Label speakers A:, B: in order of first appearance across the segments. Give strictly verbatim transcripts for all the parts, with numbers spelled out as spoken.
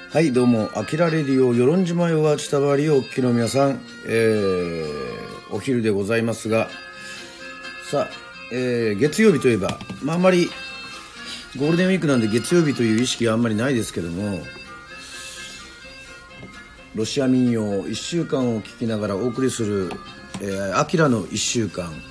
A: はい、どうも、あきらレディオ、与論島よが伝わりをお聞きの皆さん、えー、お昼でございますが、さあ、えー、月曜日といえば、まあ、あんまり、ゴールデンウィークなんで月曜日という意識はあんまりないですけども、ロシア民謡いっしゅうかんを聞きながらお送りする、えー、あきらのいっしゅうかん。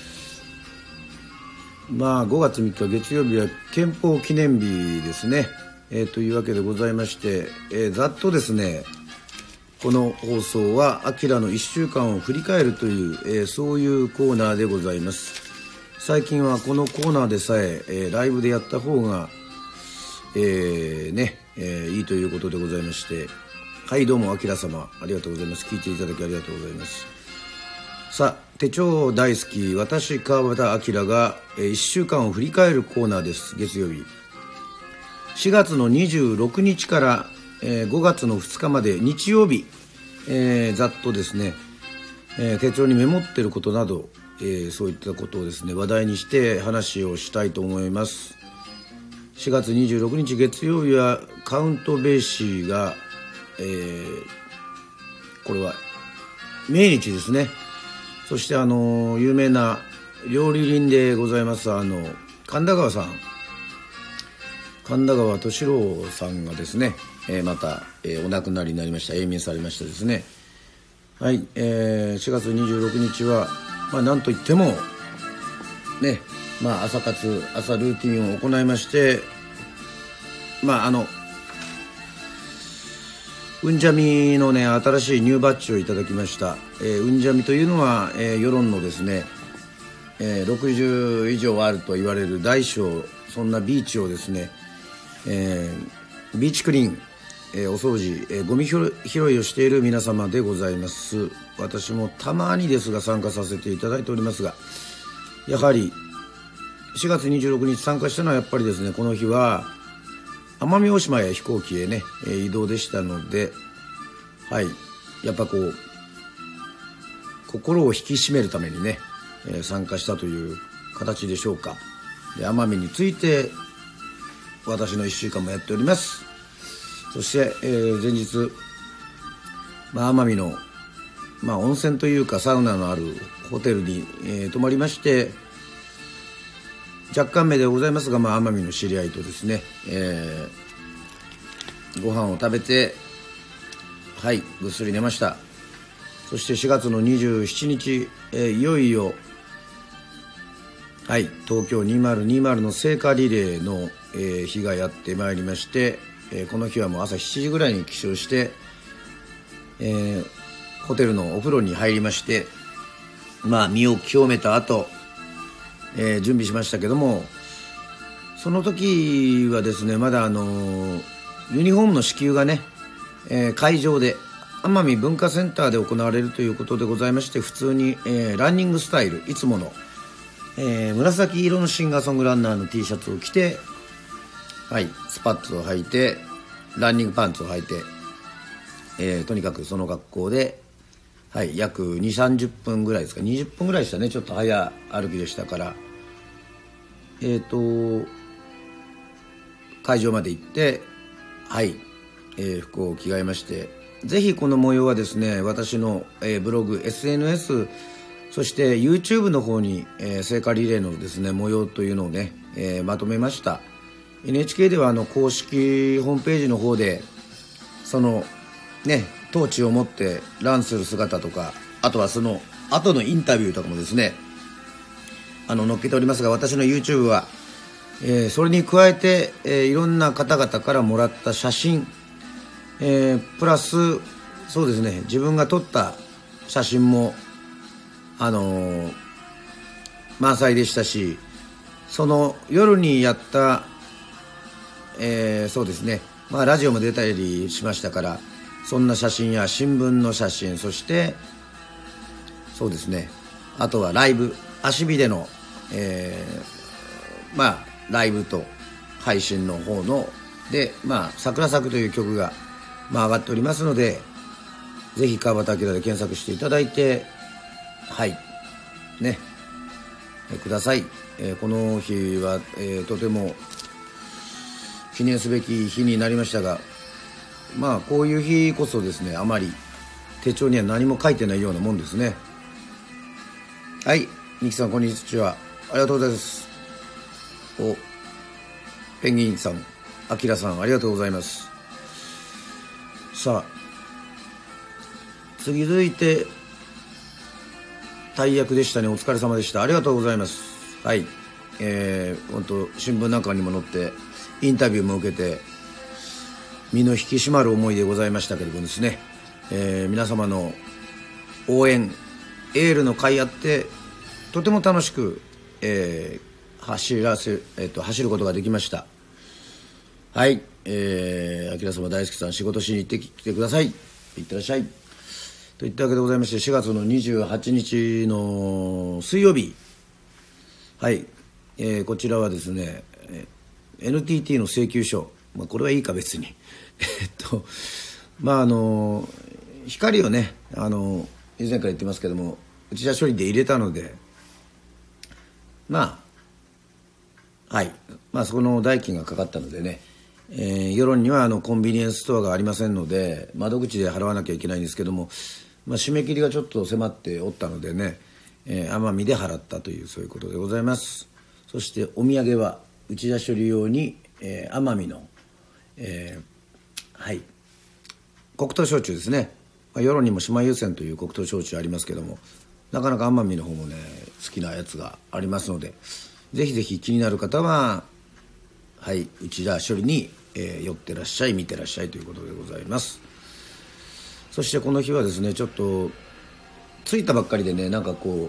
A: まあ、ごがつみっか月曜日は憲法記念日ですね。えー、というわけでございまして、えー、ざっとですね、この放送はアキラのいっしゅうかんを振り返るという、えー、そういうコーナーでございます。最近はこのコーナーでさええー、ライブでやった方が、えー、ね、えー、いいということでございまして、はい、どうもアキラ様ありがとうございます。聞いていただきありがとうございます。さあ、手帳大好き私川端明が、えー、いっしゅうかんを振り返るコーナーです。月曜日しがつのにじゅうろくにちから、えー、ごがつのふつかまで日曜日、えー、ざっとですね、えー、手帳にメモっていることなど、えー、そういったことをですね話題にして話をしたいと思います。しがつにじゅうろくにち月曜日はカウントベーシーが、えー、これは命日ですね。そしてあの有名な料理人でございますあの神田川さん神田川俊郎さんがですね、えー、また、えー、お亡くなりになりました。永眠されましたですね。はい、えー、しがつにじゅうろくにちは、まあ、なんといってもね、まあ、朝活朝ルーティンを行いまして、まああのうんじゃみのね新しいニューバッジをいただきました。えー、うんじゃみというのは、えー、世論のですね、えー、ろくじゅう以上あると言われる大小そんなビーチをですね、えー、ビーチクリーン、えー、お掃除、えー、ゴミ拾いをしている皆様でございます。私もたまにですが参加させていただいておりますが、やはりしがつにじゅうろくにち参加したのはやっぱりですね、この日は奄美大島へ飛行機へね、えー、移動でしたので、はい、やっぱこう心を引き締めるためにね、えー、参加したという形でしょうか。で、奄美について私のいっしゅうかんもやっております。そして、えー、前日、まあ、奄美の、まあ、温泉というかサウナのあるホテルに、えー、泊まりまして、若干目でございますが、まあ、奄美の知り合いとですね、えー、ご飯を食べて、はい、ぐっすり寝ました。そしてしがつのにじゅうしちにち、えー、いよいよ、はい、東京にせんにじゅうの聖火リレーの、えー、日がやってまいりまして、えー、この日はもう朝しちじぐらいに起床して、えー、ホテルのお風呂に入りまして、まあ身を清めた後、えー、準備しましたけども、その時はですねまだあのー、ユニフォームの支給がね、えー、会場で奄美文化センターで行われるということでございまして、普通に、えー、ランニングスタイルいつものえー、紫色のシンガーソングランナーの T シャツを着て、はい、スパッツを履いてランニングパンツを履いて、えー、とにかくその格好で、はい、約にじゅうさんじゅっぷんぐらいですか、にじゅっぷんぐらいでしたね。ちょっと早歩きでしたから、えーと会場まで行って、はい、えー、服を着替えまして、ぜひこの模様はですね私の、えー、ブログ エスエヌエスそして YouTube の方に、えー、聖火リレーのですね模様というのをね、えー、まとめました。 エヌエイチケー ではあの公式ホームページの方でそのねトーチを持ってランする姿とか、あとはその後のインタビューとかもですねあの載っけておりますが、私の YouTube は、えー、それに加えて、えー、いろんな方々からもらった写真、えー、プラスそうですね自分が撮った写真もあのー、満載でしたし、その夜にやった、えー、そうですね、まあ、ラジオも出たりしましたから、そんな写真や新聞の写真、そしてそうですねあとはライブ足火での、えー、まあライブと配信の方ので、まあ桜咲くという曲が、まあ、上がっておりますので、ぜひ川端明で検索していただいて、はいね、えください。えー、この日は、えー、とても記念すべき日になりましたが、 まあこういう日こそですね、あまり手帳には何も書いてないようなもんですね。はい、ミキさんこんにちは、ありがとうございます。お、ペンギンさん、アキラさん、ありがとうございます。さあ、続いて大役でしたね。お疲れ様でした。ありがとうございます。はい、えー、本当新聞なんかにも載ってインタビューも受けて身の引き締まる思いでございましたけれどもですね、えー、皆様の応援エールの会あってとても楽しく、えー、走らせ、えー、と走ることができました。はい、えー、あきら様大好きさん、仕事しに行ってきてください。いってらっしゃいといったわけでございまして、しがつのにじゅうはちにちの水曜日、はい、えー、こちらはですね エヌティーティー の請求書、まあ、これはいいか別にえっとまああの光をね、あの以前から言ってますけども内田処理で入れたので、まあはい、まあそこの代金がかかったのでね、えー、世論にはあのコンビニエンスストアがありませんので窓口で払わなきゃいけないんですけども、まあ、締め切りがちょっと迫っておったのでね、えー、奄美で払ったというそういうことでございます。そしてお土産は内田処理用に、えー、奄美の、えー、はい黒糖焼酎ですね、まあ、世論にも島優先という黒糖焼酎ありますけども、なかなか奄美の方もね好きなやつがありますので、ぜひぜひ気になる方ははい内田処理に、えー、寄ってらっしゃい、見てらっしゃいということでございます。そしてこの日はですね、ちょっと着いたばっかりでね、なんかこ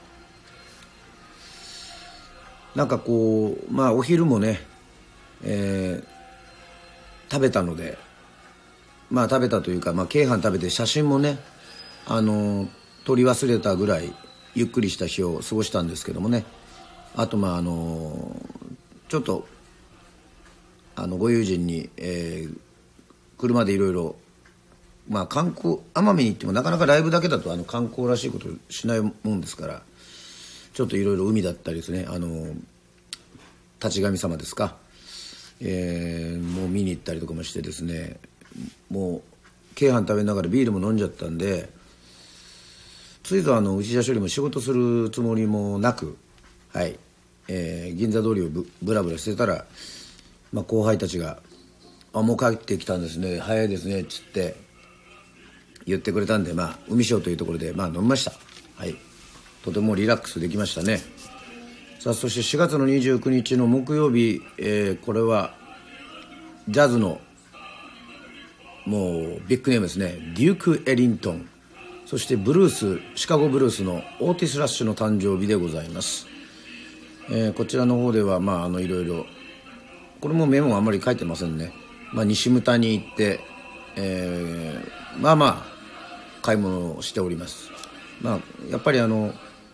A: うなんかこうまあお昼もね、えー、食べたので、まあ食べたというか、まあ京飯食べて写真もね、あの撮り忘れたぐらいゆっくりした日を過ごしたんですけどもね、あとまああのちょっとあのご友人に、えー、車でいろいろまあ観光、奄美に行ってもなかなかライブだけだとあの観光らしいことしないもんですから、ちょっといろいろ海だったりですね、あの立神様ですか、えー、もう見に行ったりとかもしてですね、もう京飯食べながらビールも飲んじゃったんで、ついぞあの内田処理も仕事するつもりもなく、はい、えー、銀座通りを ぶ, ぶらぶらしてたら、まあ、後輩たちが「あもう帰ってきたんですね、早いですね」っつって言ってくれたんで、まあ海ショーというところでまあ飲みました。はい、とてもリラックスできましたね。さあそしてしがつのにじゅうくにちの木曜日、えー、これはジャズのもうビッグネームですね、デューク・エリントン、そしてブルース、シカゴブルースのオーティス・ラッシュの誕生日でございます。えー、こちらの方ではまああのいろいろ、これもメモあんまり書いてませんね。まあ、西牟田に行って、えー、まあまあ買い物をしております。まあやっぱりあの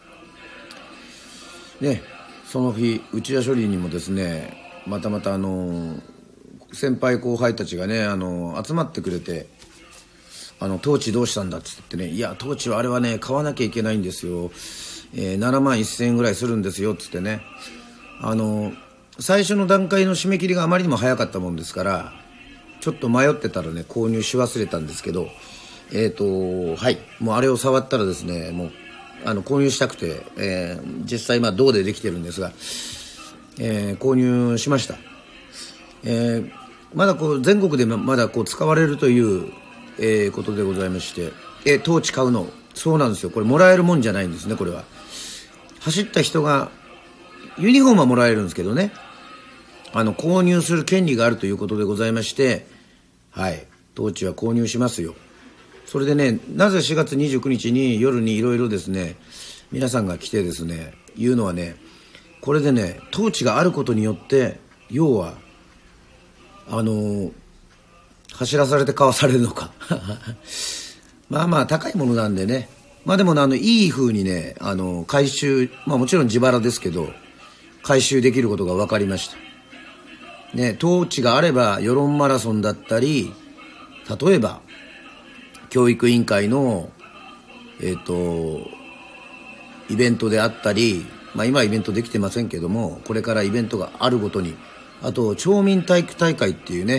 A: ね、その日内田処理にもですね、またまたあの先輩後輩たちがね、あの集まってくれて、あのトーチどうしたんだっつってね、いやトーチはあれはね買わなきゃいけないんですよ、えー、ななまんせんえんぐらいするんですよっつってね、あの最初の段階の締め切りがあまりにも早かったもんですから、ちょっと迷ってたらね購入し忘れたんですけど、えーとはいもうあれを触ったらですね、もうあの購入したくて、えー、実際まあ銅でできてるんですが、えー、購入しました。えー、まだこう全国でまだこう使われるという、えー、ことでございまして、えー、トーチ買うの、そうなんですよ、これもらえるもんじゃないんですね。これは走った人がユニフォームはもらえるんですけどね、あの購入する権利があるということでございまして、はい、トーチは購入しますよ。それでね、なぜしがつにじゅうくにちに夜にいろいろですね皆さんが来てですね言うのはね、これでねトーチがあることによって、要はあのー、走らされて買わされるのかまあまあ高いものなんでね、まあでもね、あのいい風にね、あのー、回収、まあもちろん自腹ですけど回収できることが分かりましたね。トーチがあれば世論マラソンだったり、例えば教育委員会のえっとイベントであったり、まあ今はイベントできてませんけども、これからイベントがあるごとに、あと町民体育大会っていうね、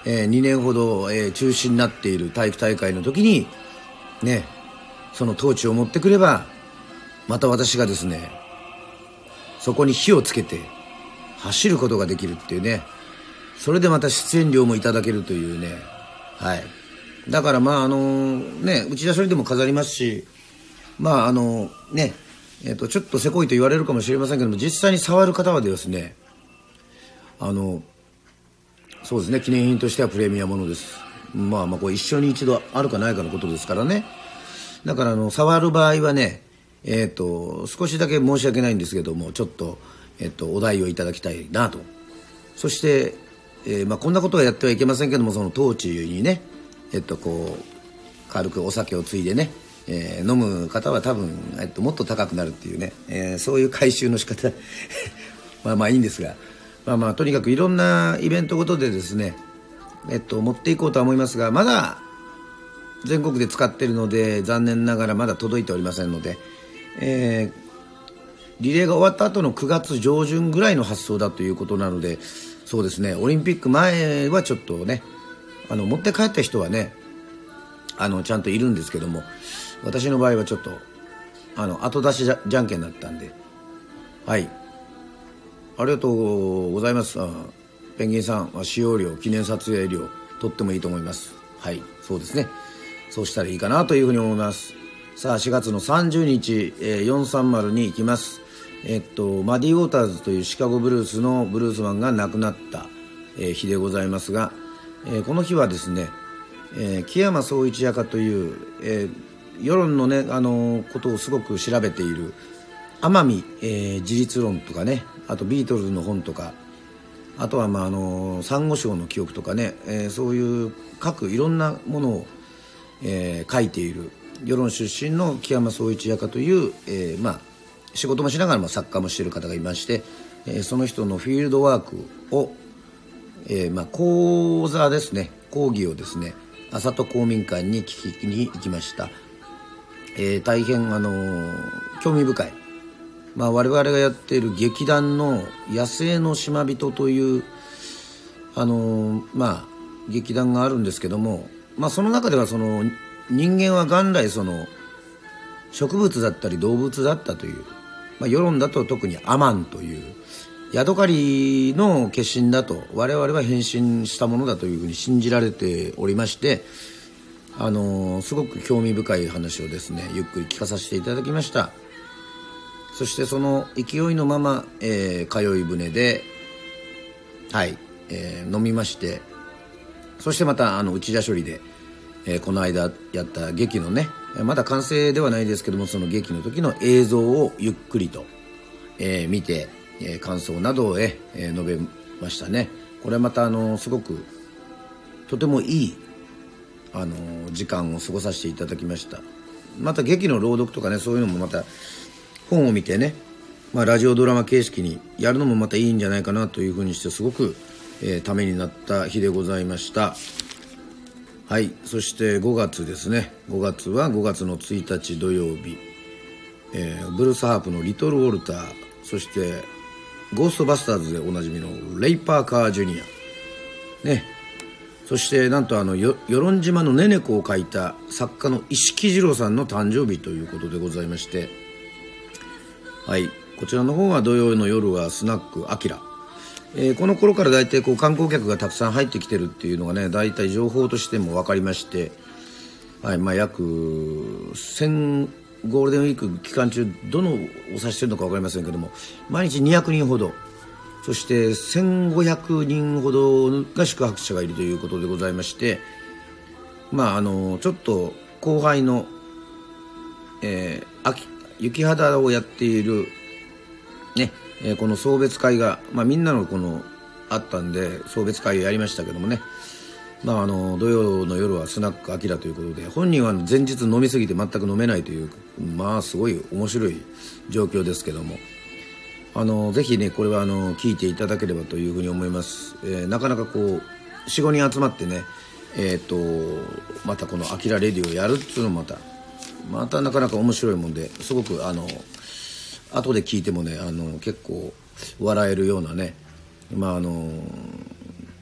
A: えー、にねんほど、えー、中止になっている体育大会の時にね、そのトーチを持ってくればまた私がですねそこに火をつけて走ることができるっていうね、それでまた出演料もいただけるというね、はい。だからまああのね、内田処理でも飾りますし、まああのね、えっとちょっとせこいと言われるかもしれませんけども、実際に触る方はですね、あのそうですね、記念品としてはプレミアものです。まあまあこれ一生に一度あるかないかのことですからね。だからあの触る場合はね、えっと少しだけ申し訳ないんですけども、ちょっとえっとお代をいただきたいなと。そして、えー、まあこんなことはやってはいけませんけども、そのトーチにね、えっとこう軽くお酒をついでね、えー、飲む方は多分、えっと、もっと高くなるっていうね、えー、そういう回収の仕方まあまあいいんですが、まあまあとにかくいろんなイベントごとでですね、えっと持っていこうとは思いますが、まだ全国で使っているので残念ながらまだ届いておりませんので、えー、リレーが終わった後のくがつ上旬ぐらいの発送だということなので、そうですね、オリンピック前はちょっとね、あの持って帰った人はね、あのちゃんといるんですけども、私の場合はちょっとあの後出しじ ゃ, じゃんけんだったんで、はい、ありがとうございます。あペンギンさんは使用料、記念撮影料取ってもいいと思います。はい、そうですね、そうしたらいいかなというふうに思います。さあしがつのさんじゅうにち、えー、よんさんまるに行きます。えっとマディ・ウォーターズというシカゴブルースのブルースマンが亡くなった、えー、日でございますが、えー、この日はですね、えー、木山宗一屋家という、えー、世論のね、あのー、ことをすごく調べている天海、えー、自立論とかね、あとビートルズの本とか、あとはまああのー、サンゴ礁の記憶とかね、えー、そういう各いろんなものを、えー、書いている世論出身の木山宗一屋家という、えー、まあ仕事もしながらも作家もしている方がいまして、えー、その人のフィールドワークを、えー、まあ講座ですね、講義をですね、朝と公民館に聞きに行きました。えー、大変あのー、興味深い、まあ、我々がやっている劇団の野生の島人というあのー、まあ劇団があるんですけども、まあその中ではその人間は元来その植物だったり動物だったという、まあ、世論だと特にアマンというヤドカリの化身だと我々は変身したものだというふうに信じられておりまして、あのー、すごく興味深い話をですねゆっくり聞かさせていただきました。そしてその勢いのまま、えー、通い船ではい、えー、飲みまして、そしてまたあの内田処理で、えー、この間やった劇のね、まだ完成ではないですけども、その劇の時の映像をゆっくりと、えー、見て、えー、感想などを、えー、述べましたね。これはまたあのすごくとてもいいあの時間を過ごさせていただきました。また劇の朗読とかね、そういうのもまた本を見てね、まあ、ラジオドラマ形式にやるのもまたいいんじゃないかなというふうにして、すごく、えー、ためになった日でございました。はい、そしてごがつですね。ごがつはごがつのついたち土曜日、えー、ブルースハープのリトルウォルター、そしてゴーストバスターズでおなじみのレイ・パーカージュニアね、そしてなんとあのよ与論島のねねこを書いた作家の石木二郎さんの誕生日ということでございまして、はい、こちらの方は土曜の夜はスナックアキラ、えー、この頃から大体こう観光客がたくさん入ってきてるっていうのがね、大体情報としても分かりまして、はい、まあ約せんゴールデンウィーク期間中どのを指してるのか分かりませんけども、毎日にひゃくにんほど、そしてせんごひゃくにんほどが宿泊者がいるということでございまして、まああのちょっと後輩の、えー、秋雪肌をやっているね、えー、この送別会が、まあ、みんなのこのあったんで送別会をやりましたけどもね、まあ、あの土曜の夜はスナックアキラということで、本人は前日飲みすぎて全く飲めないという、まあすごい面白い状況ですけども、あのぜひねこれはあの聞いていただければというふうに思います。えー、なかなかこう よん,ご 人集まってね、えー、とまたこのアキラレディをやるっていうのもまたまたなかなか面白いもんで、すごくあの後で聞いてもね、あの結構笑えるようなね、まああの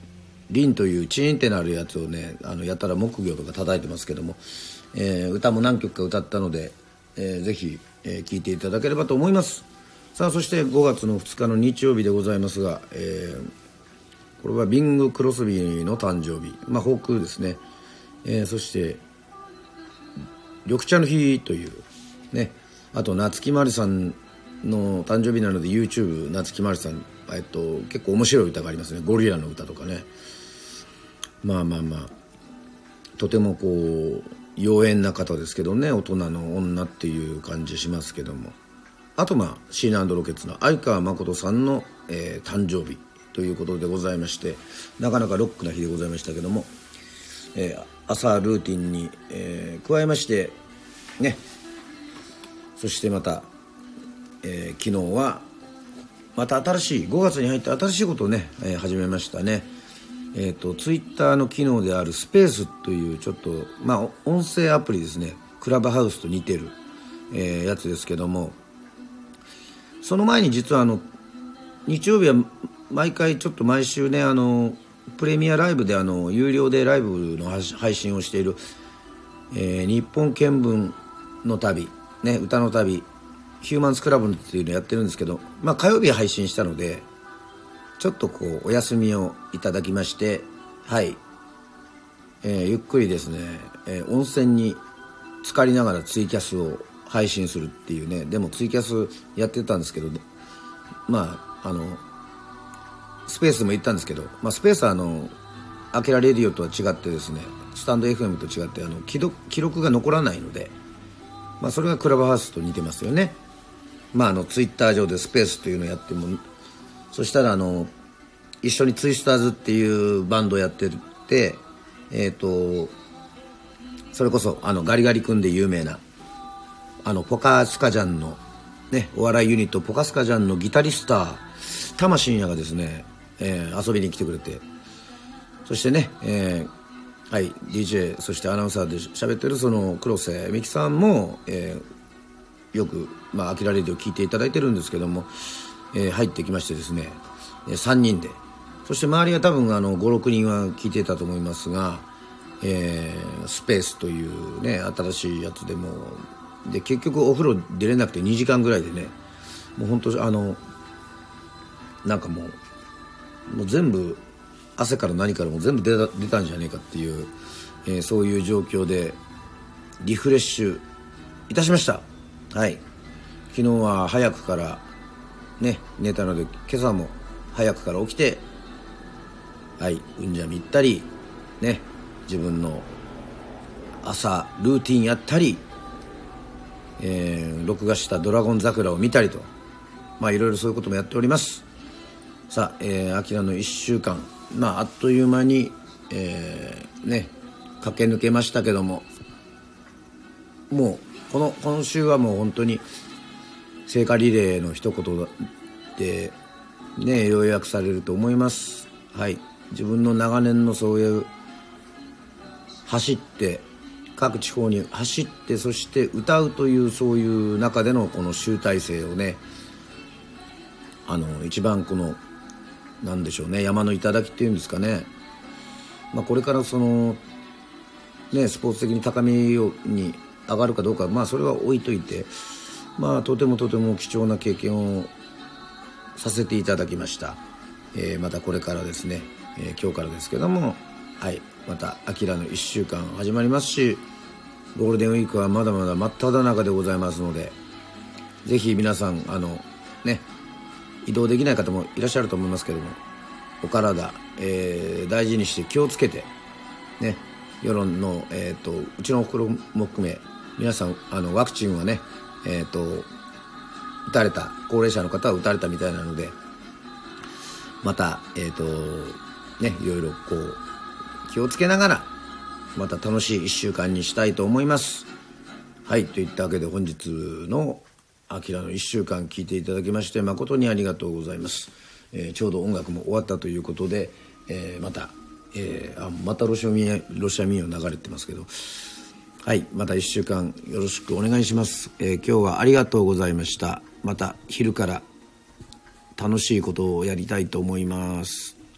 A: リンというチーンってなるやつをね、あのやたら木魚とか叩いてますけども、えー、歌も何曲か歌ったので、えー、ぜひ、えー、聴いていただければと思います。さあ、そしてごがつのふつかの日曜日でございますが、えー、これはビング・クロスビーの誕生日、まあフォークですね、えー、そして緑茶の日というね、あと夏木マリさんの誕生日なので YouTube 夏木マリさん、えっと、結構面白い歌がありますね。ゴリラの歌とかね、まあまあまあとてもこう妖艶な方ですけどね、大人の女っていう感じしますけども、あとまあシーナ&ロケッツの相川誠さんの、えー、誕生日ということでございまして、なかなかロックな日でございましたけども、えー、朝ルーティンに、えー、加えましてね、そしてまた、えー、昨日はまた新しいごがつに入って新しいことをね、えー、始めましたね。えーと、ツイッターの機能であるスペースというちょっと、まあ、音声アプリですね。クラブハウスと似てる、えー、やつですけども、その前に実はあの日曜日は毎回ちょっと毎週ね、あのプレミアライブであの有料でライブの配信をしている、えー、日本見聞の旅、ね、歌の旅ヒューマンスクラブっていうのをやってるんですけど、まあ、火曜日配信したのでちょっとこうお休みをいただきまして、はい、えー、ゆっくりですね、えー、温泉に浸かりながらツイキャスを配信するっていうね。でもツイキャスやってたんですけど、まああのスペースも行ったんですけど、まあ、スペースはあのアキラレディオとは違ってですね、スタンド エフエム と違ってあの記録、記録が残らないので、まあ、それがクラブハウスと似てますよね。まああのツイッター上でスペースというのをやっても、そしたらあの一緒にツイスターズっていうバンドをやってて、えっとそれこそあのガリガリ君で有名なあのポカスカジャンのね、お笑いユニットポカスカジャンのギタリスタ玉真也がですね、えー、遊びに来てくれて、そしてね、えー、はい ディージェー そしてアナウンサーで喋ってるその黒瀬美樹さんも、えー、よくまあアキラレディを聞いていただいてるんですけども、えー、入ってきましてですね、さんにんで、そして周りは多分あのごろくにんは聞いてたと思いますが、えー、スペースというね新しいやつでもで、結局お風呂出れなくてにじかんぐらいでね、もう本当あのなんかもうもう全部汗から何からも全部出た、出たんじゃねえかっていう、えー、そういう状況でリフレッシュいたしました。はい、昨日は早くからね寝たので、今朝も早くから起きて、はいうんじゃみ行ったりね、自分の朝ルーティンやったり、えー、録画したドラゴン桜を見たりと、まあいろいろそういうこともやっております。さあ、えー、アキラのいっしゅうかん、まああっという間に、えー、ね駆け抜けましたけども、もうこの今週はもう本当に聖火リレーの一言でね要約されると思います。はい、自分の長年のそういう走って各地方に走って、そして歌うというそういう中でのこの集大成をね、あの一番このなんでしょうね、山の頂っていうんですかね、まあ、これからそのねスポーツ的に高みに上がるかどうか、まあそれは置いといて、まあとてもとても貴重な経験をさせていただきました。えー、またこれからですね、えー、今日からですけども、はい、またアキラのいっしゅうかん始まりますし、ゴールデンウィークはまだまだ真っ只中でございますので、ぜひ皆さんあのね移動できない方もいらっしゃると思いますけども、お体、えー、大事にして気をつけてね、世論の、えー、とうちのおふくろも含め皆さんあのワクチンはね、えー、と打たれた高齢者の方は打たれたみたいなので、またえっ、ー、とねいろいろこう気をつけながらまた楽しいいっしゅうかんにしたいと思います。はい、といったわけで本日のアキラのいっしゅうかん聞いていただきまして誠にありがとうございます。えー、ちょうど音楽も終わったということで、えー、また、えー、あまたロシア民謡、ロシア民謡流れてますけど、はい、またいっしゅうかんよろしくお願いします。えー、今日はありがとうございました。また昼から楽しいことをやりたいと思います。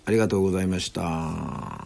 A: ありがとうございました。